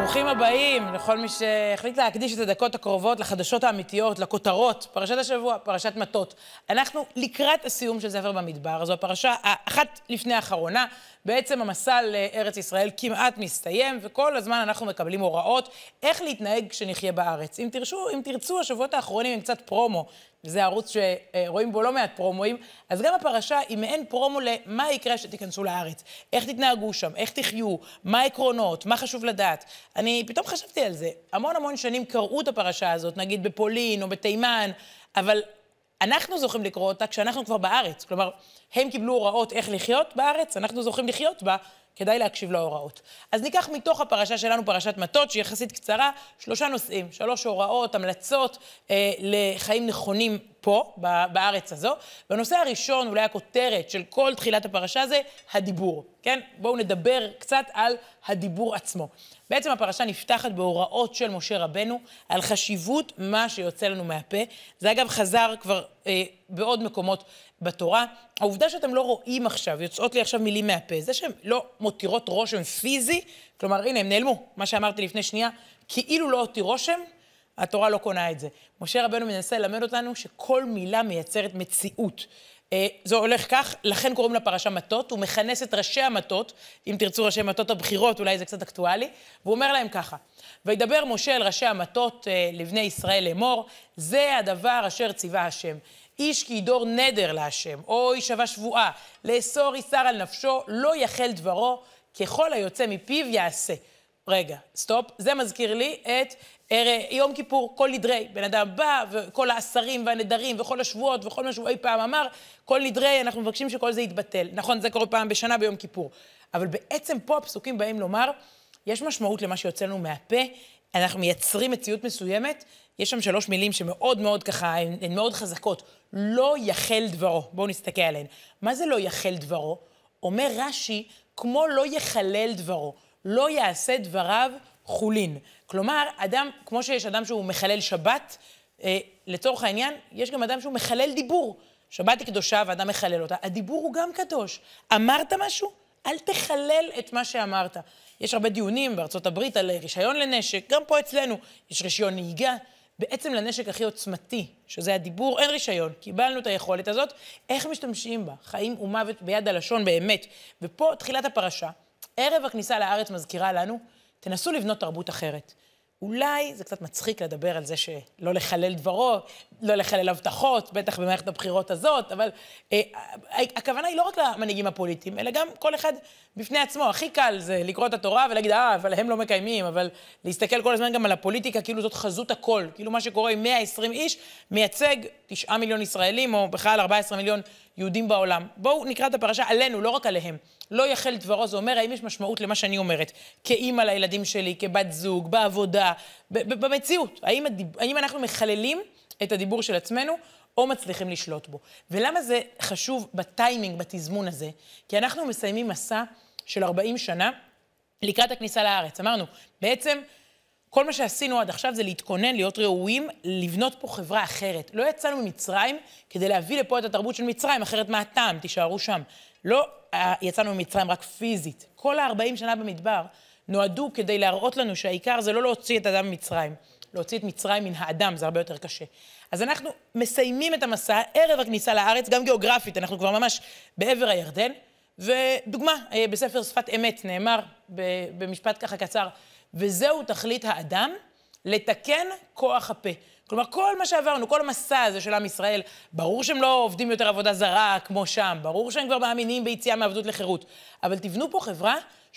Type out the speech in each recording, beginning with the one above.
ברוכים הבאים לכל מי שהחליט להקדיש את הדקות הקרובות לחדשות האמיתיות, לכותרות, פרשת השבוע, פרשת מטות. אנחנו לקראת הסיום של ספר במדבר, זו הפרשה האחת לפני האחרונה, בעצם המסע לארץ ישראל כמעט מסתיים, וכל הזמן אנחנו מקבלים הוראות איך להתנהג כשנחיה בארץ. אם תרצו, השבועות האחרונים הם קצת פרומו, וזה ערוץ שרואים בו לא מעט פרומואים, אז גם הפרשה היא מעין פרומו למה יקרה שתיכנסו לארץ, איך תתנהגו שם, איך תחיו, מה העקרונות, מה חשוב לדעת. אני פתאום חשבתי על זה, המון שנים קראו את הפרשה הזאת, נגיד בפולין או בתימן, אבל אנחנו זוכים לקרוא אותה כשאנחנו כבר בארץ, כלומר, הם קיבלו הוראות איך לחיות בארץ, אנחנו זוכים לחיות בה, כדאי להקשיב להוראות. אז ניקח מתוך הפרשה שלנו, פרשת מטות, שהיא יחסית קצרה, 3 נושאים, 3 הוראות, המלצות לחיים נכונים פה, בארץ הזו. והנושא הראשון, אולי הכותרת של כל תחילת הפרשה זה הדיבור, כן? בואו נדבר קצת על הדיבור עצמו. בעצם הפרשה נפתחת בהוראות של משה רבנו, על חשיבות מה שיוצא לנו מהפה. זה אגב חזר כבר בעוד מקומות בתורה. העובדה שאתם לא רואים עכשיו, יוצאות לי עכשיו מילים מהפה, זה שהן לא מותירות רושם פיזי, כלומר, הנה, הם נעלמו, מה שאמרתי לפני שנייה, כאילו לא אותי רושם, התורה לא קונה את זה. משה רבנו מנסה ללמד אותנו שכל מילה מייצרת מציאות. זה הולך כך, לכן קוראים לה פרשה מטות, הוא מכנס את ראשי המטות, אם תרצו ראשי מטות הבחירות, אולי זה קצת אקטואלי, והוא אומר להם ככה, וידבר משה אל ראשי המטות לבני ישראל לאמור, זה הדבר אשר ציווה השם. איש כי ידור נדר להשם, או ישבע שבועה, לאסור איסר על נפשו, לא יחל דברו, ככל היוצא מפיו יעשה. רגע, סטופ, זה מזכיר לי את יום כיפור, כל נדרי, בן אדם בא, וכל העשרים והנדרים, וכל השבועות, וכל מה שהוא אי פעם אמר, כל נדרי, אנחנו מבקשים שכל זה יתבטל. נכון, זה קורה פעם בשנה ביום כיפור. אבל בעצם פה הפסוקים באים לומר, יש משמעות למה שיוצא לנו מהפה, אנחנו מייצרים מציאות מסוימת, יש שם 3 מילים שמאוד ככה, הן מאוד חזקות. לא יחל דברו. בואו נסתכל עליהן. מה זה לא יחל דברו? אומר רש"י, כמו לא יחלל דברו. לא יעשה דבריו חולין. כלומר, אדם, כמו שיש אדם שהוא מחלל שבת, לצורך העניין, יש גם אדם שהוא מחלל דיבור. שבת היא קדושה ואדם מחלל אותה. הדיבור הוא גם קדוש. אמרת משהו? אל תחלל את מה שאמרת. יש הרבה דיונים בארצות הברית על רישיון לנשק, גם פה אצלנו יש רישיון נהיגה. בעצם לנשק הכי עוצמתי, שזה הדיבור, אין רישיון. קיבלנו את היכולת הזאת, איך משתמשים בה? חיים ומוות ביד הלשון באמת. ופה תחילת הפרשה, ערב הכניסה לארץ מזכירה לנו, תנסו לבנות תרבות אחרת. אולי זה קצת מצחיק לדבר על זה שלא לחלל דברו, לא לחלל הבטחות, בטח במערכת הבחירות הזאת, אבל הכוונה היא לא רק למנהיגים הפוליטיים, אלא גם כל אחד בפני עצמו. הכי קל זה לקרוא את התורה ולהגיד, אבל הם לא מקיימים, אבל להסתכל כל הזמן גם על הפוליטיקה, כאילו זאת חזות הכל, כאילו מה שקורה עם 120 איש, מייצג 9 מיליון ישראלים, או בכלל 14 מיליון יהודים בעולם. בואו נקרא את הפרשה עלינו, לא רק עליהם. לא יחל דברו, זה אומר, האם יש משמעות למה שאני אומרת, כאימא לילדים שלי, כבת זוג, בעבודה, במציאות. האם אנחנו מחללים את הדיבור של עצמנו, או מצליחים לשלוט בו. ולמה זה חשוב בטיימינג, בתזמון הזה? כי אנחנו מסיימים מסע של 40 שנה לקראת הכניסה לארץ. אמרנו, בעצם כל מה שעשינו עד עכשיו זה להתכונן, להיות ראויים, לבנות פה חברה אחרת. לא יצאנו ממצרים כדי להביא לפה את התרבות של מצרים, אחרת מה הטעם? תישארו שם. לא יצאנו ממצרים רק פיזית. כל 40 שנה במדבר נועדו כדי להראות לנו שהעיקר זה לא להוציא את האדם ממצרים, להוציא את מצרים מן האדם, זה הרבה יותר קשה. אז אנחנו מסיימים את המסע, ערב הכניסה לארץ, גם גיאוגרפית, אנחנו כבר ממש בעבר הירדן, ודוגמה, בספר שפת אמת נאמר במשפט ככה קצר, וזהו תכלית האדם, לתקן כוח הפה. כלומר, כל מה שעברנו, כל המסע הזה של עם ישראל, ברור שהם לא עובדים יותר עבודה זרה כמו שם, ברור שהם כבר מאמינים ביציאה מעבדות לחירות, אבל תבנו פה חברה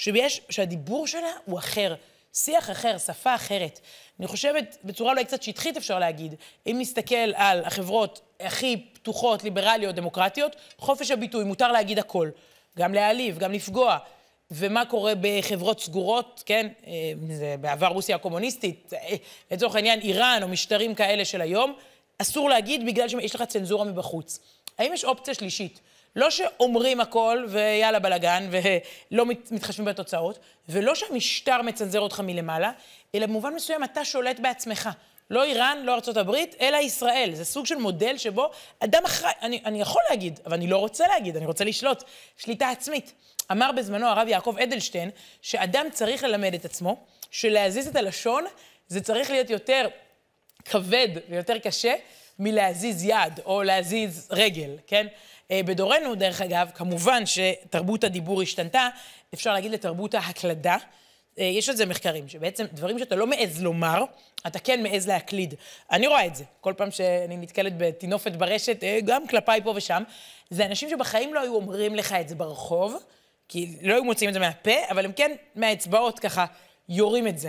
שהדיבור שלה הוא אחר, שיח אחר, שפה אחרת. אני חושבת, בצורה אולי קצת שטחית אפשר להגיד, אם נסתכל על החברות הכי פתוחות, ליברליות, דמוקרטיות, חופש הביטוי, מותר להגיד הכל, גם להעליב, גם לפגוע. ומה קורה בחברות סגורות, כן? זה בעבר רוסיה הקומוניסטית, לצורך העניין איראן או משטרים כאלה של היום, אסור להגיד בגלל שיש לך צנזורה מבחוץ. האם יש אופציה שלישית? לא שאומרים הכל ויאללה בלגן ולא מתחשבים בתוצאות, ולא שהמשטר מצנזר אותך מלמעלה, אלא במובן מסוים אתה שולט בעצמך. לא איראן, לא ארצות הברית, אלא ישראל. זה סוג של מודל שבו אדם אחראי, אני יכול להגיד, אבל אני לא רוצה להגיד, אני רוצה לשלוט, שליטה עצמית. אמר בזמנו הרב יעקב אדלשטיין, שאדם צריך ללמד את עצמו, שלהזיז את הלשון, זה צריך להיות יותר כבד ויותר קשה, מלהזיז יד או להזיז רגל, כן? בדורנו, דרך אגב, כמובן שתרבות הדיבור השתנתה, אפשר להגיד לתרבות ההקלדה. יש על זה מחקרים, שבעצם דברים שאתה לא מעז לומר, אתה כן מעז להקליד. אני רואה את זה, כל פעם שאני נתקלת בתינופת ברשת, גם כלפיי פה ושם, זה אנשים שבחיים לא היו אומרים לך את זה ברחוב, כי לא היו מוצאים את זה מהפה, אבל הם כן מהאצבעות ככה יורים את זה.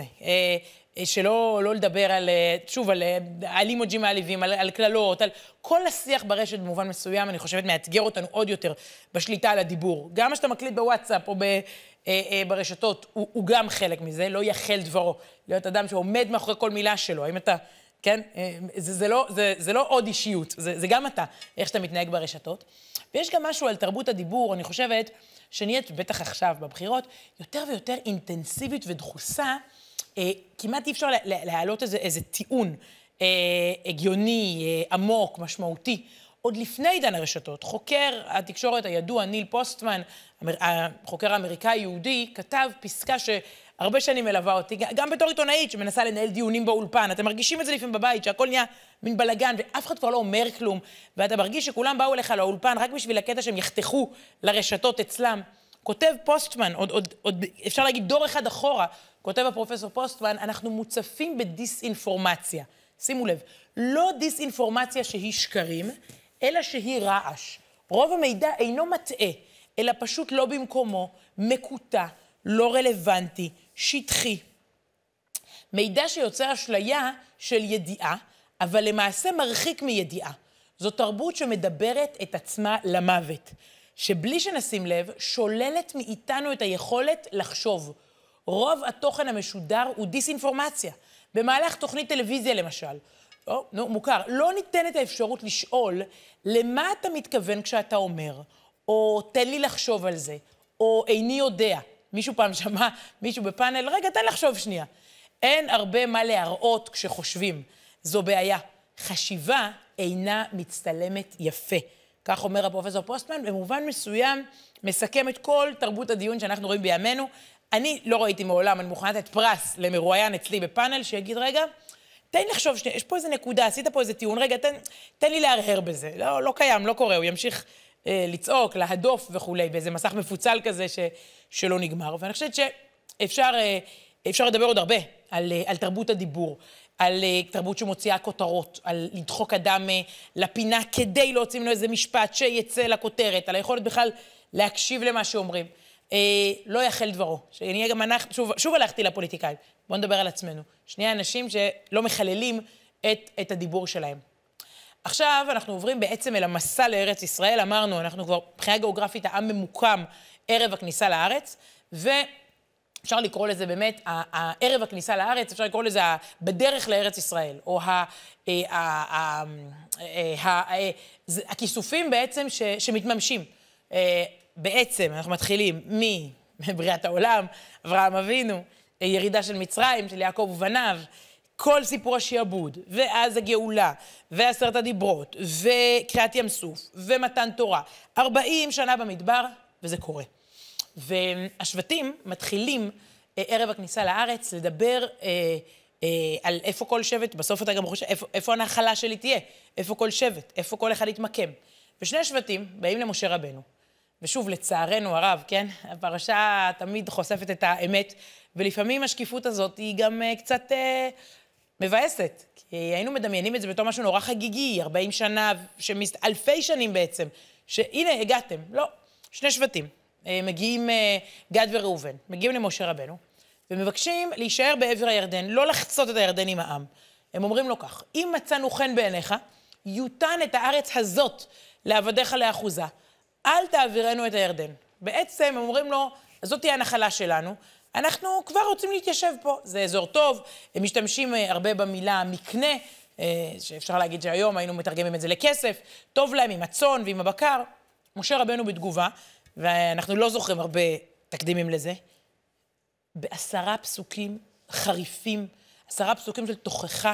שלא לדבר על, שוב, על אימוג'ים מעליבים, על כללות, על כל השיח ברשת במובן מסוים, אני חושבת, מאתגר אותנו עוד יותר בשליטה על הדיבור. גם מה שאתה מקליט בוואטסאפ או ברשתות, הוא גם חלק מזה, לא יחל דברו. להיות אדם שעומד מאחורי כל מילה שלו. האם אתה, כן? זה לא עוד אישיות, זה גם אתה, איך שאתה מתנהג ברשתות. ויש גם משהו על תרבות הדיבור, אני חושבת, שנהיית בטח עכשיו בבחירות, יותר ויותר אינטנסיבית ודחוסה, כמעט אי אפשר להעלות איזה טיעון הגיוני, עמוק, משמעותי. עוד לפני עידן הרשתות, חוקר התקשורת הידוע, ניל פוסטמן, החוקר האמריקאי יהודי, כתב פסקה שהרבה שנים מלווה אותי, גם בתור עיתונאית שמנסה לנהל דיונים באולפן. אתם מרגישים את זה לפעמים בבית, שהכל נהיה מין בלגן, ואף אחד כבר לא אומר כלום, ואתה מרגיש שכולם באו אליך לאולפן רק בשביל הקטע שהם יחתכו לרשתות אצלם. כותב פוסטמן, עוד אפשר להגיד דור אחד אחורה, כותב הפרופסור פוסטמן, אנחנו מוצפים בדיסאינפורמציה. שימו לב, לא דיסאינפורמציה שהיא שקרים, אלא שהיא רעש. רוב המידע אינו מטעה, אלא פשוט לא במקומו, מקוטע, לא רלוונטי, שטחי. מידע שיוצר אשליה של ידיעה, אבל למעשה מרחיק מידיעה. זו תרבות שמדברת את עצמה למוות, שבלי שנשים לב, שוללת מאיתנו את היכולת לחשוב. רוב התוכן המשודר הוא דיסאינפורמציה. במהלך תוכנית טלוויזיה למשל, מוכר, לא ניתנת האפשרות לשאול למה אתה מתכוון כשאתה אומר, או תן לי לחשוב על זה, או איני יודע. מישהו פעם שמע, מישהו בפאנל, רגע, תן לחשוב שנייה. אין הרבה מה להראות כשחושבים. זו בעיה. חשיבה אינה מצטלמת יפה. כך אומר הפרופסור פוסטמן, במובן מסוים מסכם את כל תרבות הדיון שאנחנו רואים בימינו. אני לא ראיתי מעולם, אני מוכנה לתת פרס למרואיין אצלי בפאנל, שיגיד, רגע, תן לי לחשוב, יש פה איזה נקודה, עשית פה איזה טיעון, רגע, תן לי להרהר בזה. לא קיים, לא קורה, הוא ימשיך לצעוק, להדוף וכו', באיזה מסך מפוצל כזה שלא נגמר. ואני חושבת שאפשר לדבר עוד הרבה על תרבות הדיבור, על תרבות שמוציאה כותרות, על לדחוק אדם לפינה כדי להוציא ממנו איזה משפט שיצא לכותרת, על היכולת בכלל להקשיב למה שאומרים. לא יחל דברו, שנהיה גם אנחנו, שוב הלכתי לפוליטיקאים, בואו נדבר על עצמנו. שני אנשים שלא מחללים את הדיבור שלהם. עכשיו אנחנו עוברים בעצם אל המסע לארץ ישראל, אמרנו, אנחנו כבר מבחינה גיאוגרפית העם ממוקם ערב הכניסה לארץ, ואפשר לקרוא לזה באמת, ערב הכניסה לארץ, אפשר לקרוא לזה בדרך לארץ ישראל, או הכיסופים בעצם שמתממשים. בעצם אנחנו מתחילים מבריאת העולם, אברהם אבינו, ירידה של מצרים, של יעקב ובניו, כל סיפור השיעבוד, ואז הגאולה, ועשרת הדיברות, וקריאת ים סוף, ומתן תורה. 40 שנה במדבר, וזה קורה. והשבטים מתחילים ערב הכניסה לארץ לדבר על איפה כל שבט, בסוף אתה גם חושב, איפה הנחלה שלי תהיה, איפה כל שבט, איפה כל אחד יתמקם. ושני שבטים באים למשה רבנו. ושוב, לצערנו הרב, כן? הפרשה תמיד חושפת את האמת, ולפעמים השקיפות הזאת היא גם קצת מבאסת. כי היינו מדמיינים את זה בתור משהו נורא חגיגי, 40 שנה, אלפי שנים בעצם, שהנה, הגעתם. לא, שני שבטים. מגיעים גד וראובן, מגיעים למשה רבנו, ומבקשים להישאר בעבר הירדן, לא לחצות את הירדן עם העם. הם אומרים לו כך, אם מצאנו חן בעיניך, יותן את הארץ הזאת לעבדיך לאחוזה. אל תעבירנו את הירדן. בעצם הם אומרים לו, זאת תהיה הנחלה שלנו, אנחנו כבר רוצים להתיישב פה. זה אזור טוב, הם משתמשים הרבה במילה מקנה, שאפשר להגיד שהיום היינו מתרגמים את זה לכסף, טוב להם עם הצאן ועם הבקר. משה רבנו בתגובה, ואנחנו לא זוכרים הרבה תקדימים לזה, ב10 פסוקים חריפים, 10 פסוקים של תוכחה,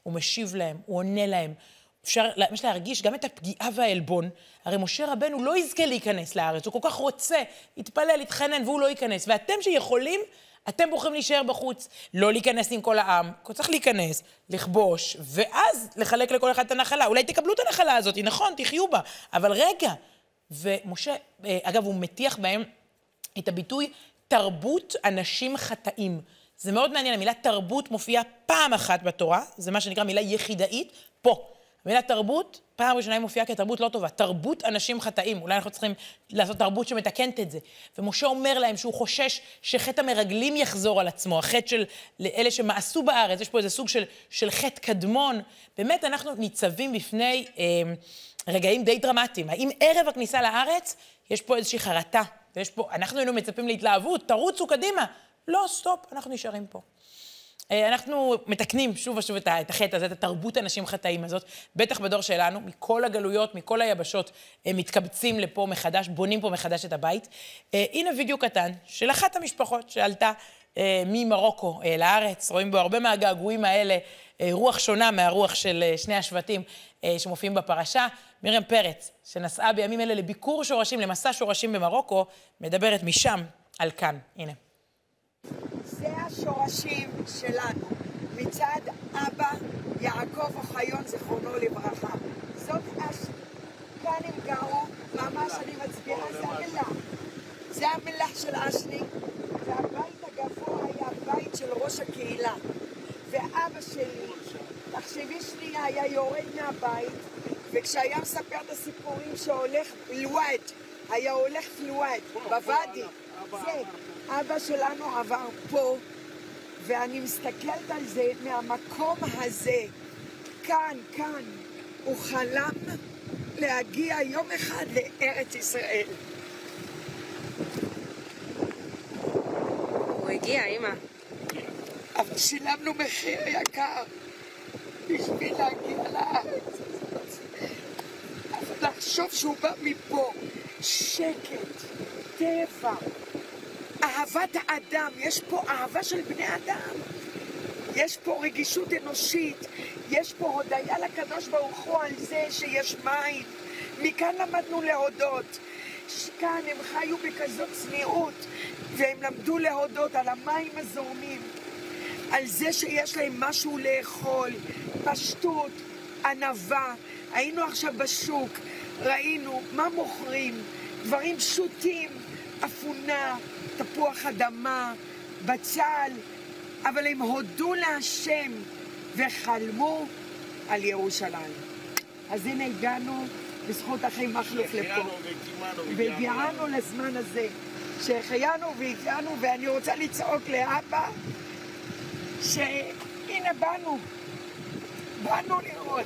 הוא משיב להם, הוא עונה להם. אפשר להרגיש גם את הפגיעה והעלבון. הרי משה רבנו לא יזכה להיכנס לארץ, הוא כל כך רוצה, יתפלל, יתחנן, והוא לא ייכנס. ואתם שיכולים, אתם בוחרים להישאר בחוץ, לא להיכנס עם כל העם, צריך להיכנס, לכבוש, ואז לחלק לכל אחד את הנחלה. אולי תקבלו את הנחלה הזאת, נכון, תחיו בה, אבל רגע. ומשה, אגב, הוא מטיח בהם את הביטוי תרבות אנשים חטאים. זה מאוד מעניין, המילה תרבות מופיעה פעם אחת בתורה, זה מה שנקרא מילה יחידאית, פה. המילה תרבות, פעם ראשונה היא מופיעה כתרבות לא טובה, תרבות אנשים חטאים, אולי אנחנו צריכים לעשות תרבות שמתקנת את זה. ומשה אומר להם שהוא חושש שחטא המרגלים יחזור על עצמו, החטא של אלה שמעשו בארץ, יש פה איזה סוג של חטא קדמון. באמת אנחנו ניצבים בפני רגעים די דרמטיים. האם ערב הכניסה לארץ יש פה איזושהי חרטה, ויש פה, אנחנו היינו מצפים להתלהבות, תרוצו קדימה. לא, סטופ, אנחנו נשארים פה. אנחנו מתקנים שוב ושוב את החטא הזה, את התרבות אנשים חטאים הזאת, בטח בדור שלנו, מכל הגלויות, מכל היבשות, מתקבצים לפה מחדש, בונים פה מחדש את הבית. הנה וידאו קטן של אחת המשפחות שעלתה ממרוקו לארץ, רואים בו הרבה מהגעגועים האלה, רוח שונה מהרוח של שני השבטים שמופיעים בפרשה. מרים פרץ, שנסעה בימים אלה לביקור שורשים, למסע שורשים במרוקו, מדברת משם על כאן. הנה. זה השורשים שלנו, מצד אבא יעקב אוחיון זכרונו לברכה. זאת כאן הם גרו, ממש אני מצביעה, זה המלח. זה המלח של אשלי, והבית הגבוה היה הבית של ראש הקהילה. ואבא שלי, תחשבי שנייה, היה יורד מהבית, וכשהיה מספר את הסיפורים שהולך לואד, היה הולך לואד, בוואדי, זה. אבא שלנו עבר פה, ואני מסתכלת על זה מהמקום הזה, כאן, הוא חלם להגיע יום אחד לארץ ישראל. הוא הגיע, אמא. אבל שילמנו מחיר יקר בשביל להגיע לארץ. אבל לחשוב שהוא בא מפה, שקט, טבע, אהבת האדם, יש פה אהבה של בני אדם, יש פה רגישות אנושית, יש פה הודיה לקדוש ברוך הוא על זה שיש מים. מכאן למדנו להודות, כאן הם חיו בכזאת צניעות, והם למדו להודות על המים הזורמים, על זה שיש להם משהו לאכול, פשטות, ענווה. היינו עכשיו בשוק, ראינו מה מוכרים, דברים פשוטים, אפונה, תפוח אדמה, בצל, אבל הם הודו להשם וחלמו על ירושלים. אז הנה הגענו בזכות אחי מכלוף לפה. והגיענו לזמן הזה, שהחיינו והגיענו, ואני רוצה לצעוק לאבא, שהנה באנו לראות.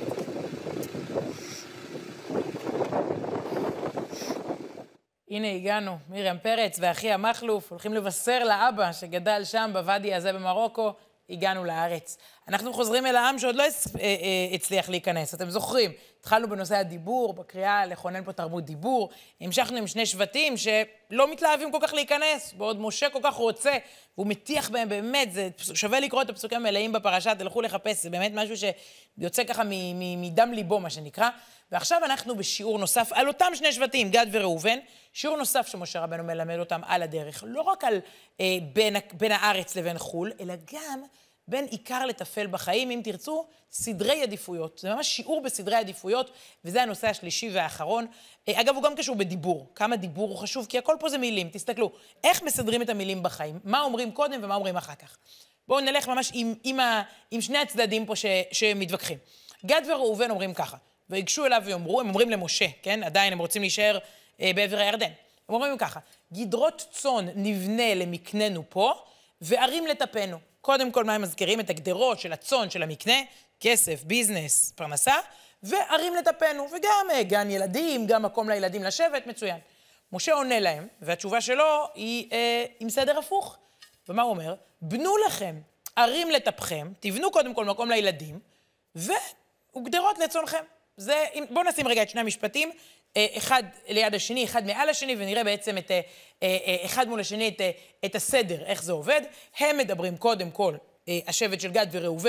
הנה הגענו, מרים פרץ ואחי המכלוף, הולכים לבשר לאבא שגדל שם בוואדי הזה במרוקו, הגענו לארץ. אנחנו חוזרים אל העם שעוד לא הצליח להיכנס, אתם זוכרים, התחלנו בנושא הדיבור, בקריאה לכונן פה תרבות דיבור, המשכנו עם שני שבטים שלא מתלהבים כל כך להיכנס, בעוד משה כל כך רוצה, והוא מטיח בהם באמת, זה שווה לקרוא את הפסוקים המלאים בפרשה, תלכו לחפש, זה באמת משהו שיוצא ככה מדם ליבו, מה שנקרא. ועכשיו אנחנו בשיעור נוסף על אותם שני שבטים, גד וראובן, שיעור נוסף שמשה רבנו מלמד אותם על הדרך, לא רק על בין הארץ לבין חול, אלא גם בין עיקר לטפל בחיים, אם תרצו, סדרי עדיפויות. זה ממש שיעור בסדרי עדיפויות, וזה הנושא השלישי והאחרון. אגב, הוא גם קשור בדיבור. כמה דיבור הוא חשוב, כי הכל פה זה מילים. תסתכלו, איך מסדרים את המילים בחיים? מה אומרים קודם ומה אומרים אחר כך? בואו נלך ממש עם שני הצדדים פה שמתווכחים. גד וראובן אומרים ככה, ויגשו אליו ויאמרו, הם אומרים למשה, כן? עדיין הם רוצים להישאר בעבר הירדן. הם אומרים ככה, גדרות צאן נבנה למקננו פה, וערים לטפנו. קודם כל, מה הם מזכירים? את הגדרות של הצאן, של המקנה, כסף, ביזנס, פרנסה, וערים לטפנו, וגם גן ילדים, גם מקום לילדים לשבת, מצוין. משה עונה להם, והתשובה שלו היא עם סדר הפוך. ומה הוא אומר? בנו לכם, ערים לטפכם, תבנו קודם כל מקום לילדים, וגדרות לצאנכם. בואו נשים רגע את שני המשפטים, אחד ליד השני, אחד מעל השני, ונראה בעצם אחד מול השני את הסדר, איך זה עובד. הם מדברים קודם כל, השבט של גד וראובן,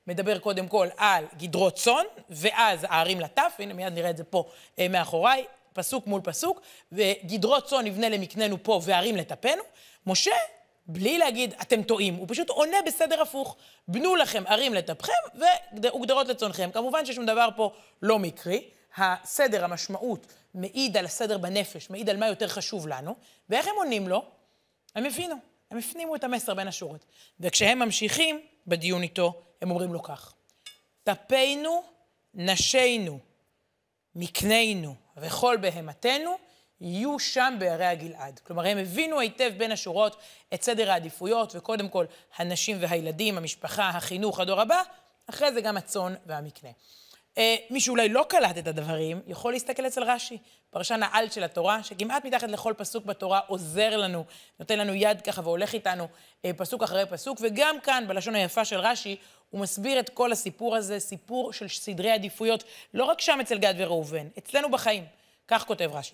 מדבר קודם כל על גדרות צאן, ואז הערים לטף, הנה מיד נראה את זה פה מאחוריי, פסוק מול פסוק, וגדרות צאן נבנה למקננו פה וערים לטפנו. משה, בלי להגיד אתם טועים, הוא פשוט עונה בסדר הפוך. בנו לכם ערים לטפכם וגדרות לצאנכם. כמובן ששום דבר פה לא מקרי. הסדר, המשמעות, מעיד על הסדר בנפש, מעיד על מה יותר חשוב לנו. ואיך הם עונים לו? הם הפנימו את המסר בין השורות. וכשהם ממשיכים בדיון איתו, הם אומרים לו כך: טפנו, נשינו, מקננו וכל בהמתנו, יהיו שם בערי הגלעד. כלומר, הם הבינו היטב בין השורות את סדר העדיפויות, וקודם כל הנשים והילדים, המשפחה, החינוך, הדור הבא, אחרי זה גם הצאן והמקנה. מי שאולי לא קלט את הדברים, יכול להסתכל אצל רש"י, פרשן העל של התורה, שכמעט מתחת לכל פסוק בתורה עוזר לנו, נותן לנו יד ככה והולך איתנו פסוק אחרי פסוק, וגם כאן, בלשון היפה של רש"י, הוא מסביר את כל הסיפור הזה, סיפור של סדרי עדיפויות, לא רק שם אצל גד וראובן, אצלנו בחיים. כך כותב רש"י: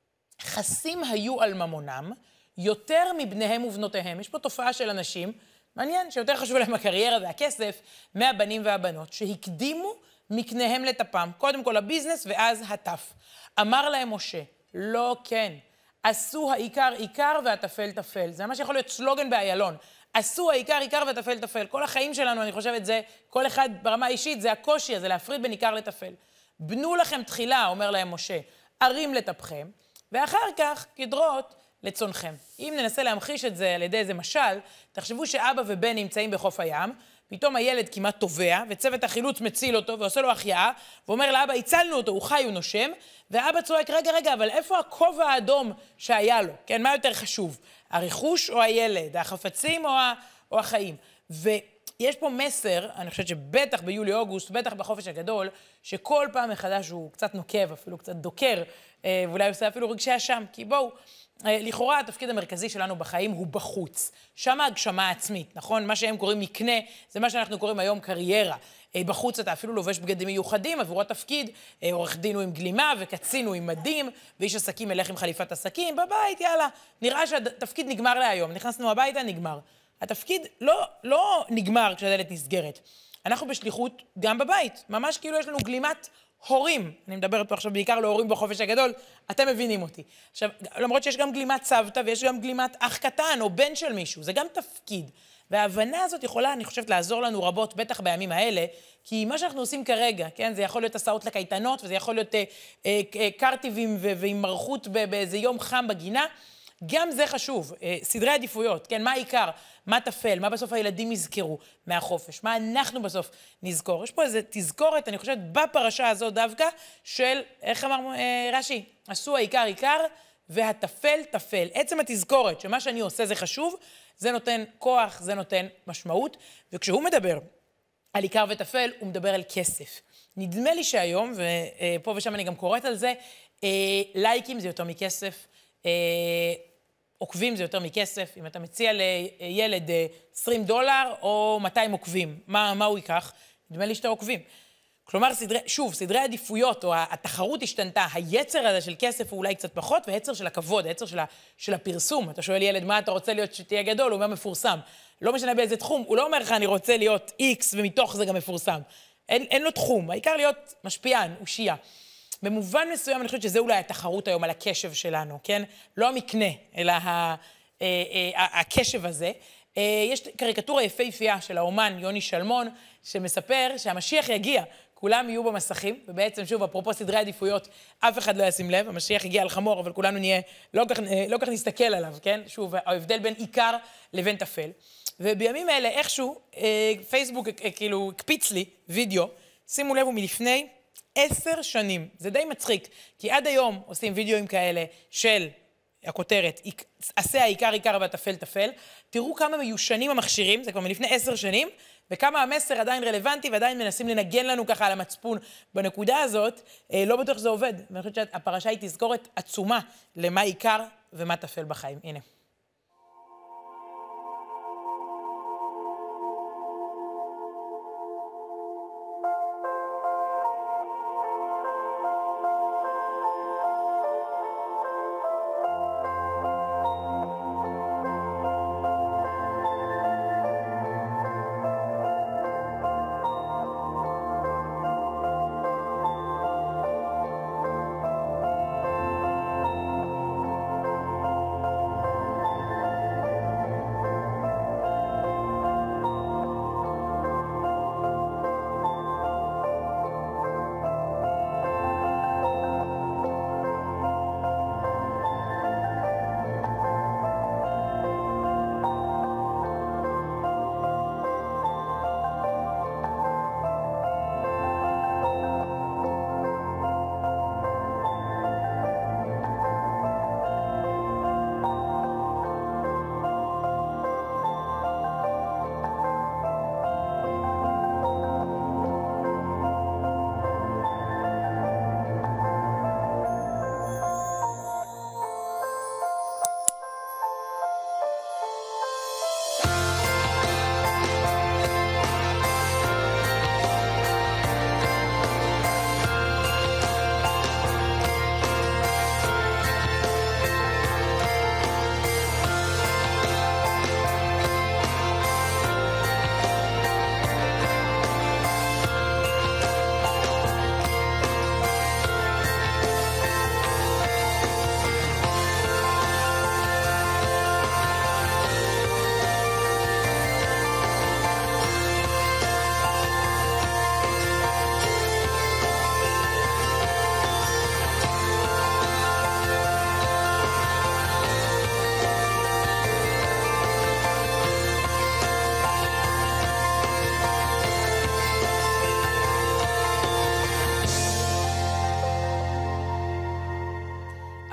חסים היו על ממונם יותר מבניהם ובנותיהם. יש פה תופעה של אנשים, מעניין, שיותר חשוב להם הקריירה והכסף, מהבנים והבנות, שהקדימו מקניהם לטפם, קודם כל הביזנס ואז הטף. אמר להם משה, לא כן, עשו העיקר עיקר והטפל טפל. זה ממש יכול להיות סלוגן באיילון. עשו העיקר עיקר והטפל טפל. כל החיים שלנו, אני חושבת, זה, כל אחד ברמה אישית, זה הקושי הזה, להפריד בין עיקר לטפל. בנו לכם תחילה, אומר להם משה, ערים לטפכם, ואחר כך גדרות לצאנכם. אם ננסה להמחיש את זה על ידי איזה משל, תחשבו שאבא ובן נמצאים בחוף הים, פתאום הילד כמעט טובע, וצוות החילוץ מציל אותו ועושה לו החייאה, ואומר לאבא, הצלנו אותו, הוא חי, הוא נושם, ואבא צועק, רגע, אבל איפה הכובע האדום שהיה לו? כן, מה יותר חשוב? הרכוש או הילד? החפצים או החיים? ויש פה מסר, אני חושבת שבטח ביולי-אוגוסט, בטח בחופש הגדול, שכל פעם מחדש הוא קצת נוקב, אפילו קצת דוקר, ואולי עושה אפילו רגשי אשם, כי בואו, לכאורה התפקיד המרכזי שלנו בחיים הוא בחוץ. שם ההגשמה העצמית, נכון? מה שהם קוראים מקנה, זה מה שאנחנו קוראים היום קריירה. בחוץ אתה אפילו לובש בגדים מיוחדים עבור התפקיד, עורך דין הוא עם גלימה וקצין הוא עם מדים, ואיש עסקים ילך עם חליפת עסקים, בבית, יאללה. נראה שהתפקיד נגמר להיום, נכנסנו הביתה, נגמר. התפקיד לא נגמר כשהדלת נסגרת. אנחנו בשליחות גם בבית, ממש כאילו יש לנו גלימת הורים. אני מדברת פה עכשיו בעיקר להורים בחופש הגדול, אתם מבינים אותי. עכשיו, למרות שיש גם גלימת סבתא ויש גם גלימת אח קטן או בן של מישהו, זה גם תפקיד. וההבנה הזאת יכולה, אני חושבת, לעזור לנו רבות, בטח בימים האלה, כי מה שאנחנו עושים כרגע, כן, זה יכול להיות הסעות לקייטנות, וזה יכול להיות קרטיבים ועם מרחות באיזה יום חם בגינה, גם זה חשוב, סדרי עדיפויות, כן, מה העיקר, מה תפל, מה בסוף הילדים יזכרו מהחופש, מה אנחנו בסוף נזכור. יש פה איזו תזכורת, אני חושבת, בפרשה הזאת דווקא, של, איך אמר רש"י, עשו העיקר עיקר, והתפל תפל. עצם התזכורת, שמה שאני עושה זה חשוב, זה נותן כוח, זה נותן משמעות, וכשהוא מדבר על עיקר ותפל, הוא מדבר על כסף. נדמה לי שהיום, ופה ושם אני גם קוראת על זה, לייקים זה יותר מכסף, עוקבים זה יותר מכסף. אם אתה מציע לילד $20 או 200 עוקבים, מה הוא ייקח? נדמה לי שאתה עוקבים. כלומר, סדרי עדיפויות, או התחרות השתנתה, היצר הזה של כסף הוא אולי קצת פחות, והיצר של הכבוד, היצר של הפרסום. אתה שואל ילד, מה אתה רוצה להיות שתהיה גדול? הוא אומר מפורסם. לא משנה באיזה תחום, הוא לא אומר לך, אני רוצה להיות X, ומתוך זה גם מפורסם. אין לו תחום, העיקר להיות משפיען, אושייה. במובן מסוים, אני חושבת שזה אולי התחרות היום על הקשב שלנו, כן? לא המקנה, אלא הקשב הזה. יש קריקטורה יפהפייה של האומן יוני שלמון, שמספר שהמשיח יגיע, כולם יהיו במסכים, ובעצם שוב, אפרופו סדרי עדיפויות, אף אחד לא ישים לב, המשיח יגיע על חמור, אבל כולנו נהיה, לא כך נסתכל עליו, כן? שוב, ההבדל בין עיקר לבין תפל. ובימים אלה, איכשהו, פייסבוק כאילו הקפיץ לי וידאו, שימו לב, הוא מלפני 10 שנים. זה די מצחיק, כי עד היום עושים וידאוים כאלה של הכותרת, עשה העיקר עיקר והטפל טפל. תראו כמה מיושנים המכשירים, זה כבר מלפני 10 שנים, וכמה המסר עדיין רלוונטי, ועדיין מנסים לנגן לנו ככה על המצפון בנקודה הזאת. לא בטוח שזה עובד. ואני חושבת שהפרשה היא תזכורת עצומה למה עיקר ומה טפל בחיים. הנה.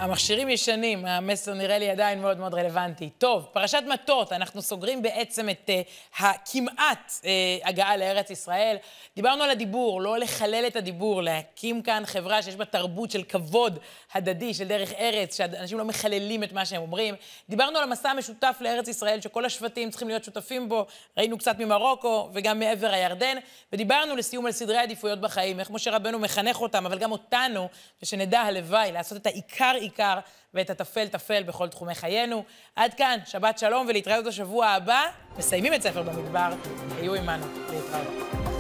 המכשירים ישנים, המסר נראה לי עדיין מאוד מאוד רלוונטי. טוב, פרשת מטות, אנחנו סוגרים בעצם את הכמעט הגעה לארץ ישראל. דיברנו על הדיבור, לא לחלל את הדיבור, להקים כאן חברה שיש בה תרבות של כבוד הדדי, של דרך ארץ, שאנשים לא מחללים את מה שהם אומרים. דיברנו על המסע המשותף לארץ ישראל, שכל השבטים צריכים להיות שותפים בו, ראינו קצת ממרוקו וגם מעבר הירדן, ודיברנו לסיום על סדרי עדיפויות בחיים, איך משה רבנו מחנך אותם, אבל גם אותנו, ושנדע הלוואי לעשות את העיקר ואת הטפל בכל תחומי חיינו. עד כאן, שבת שלום ולהתראות השבוע הבא. מסיימים את ספר במדבר, היו עמנו, להתראות.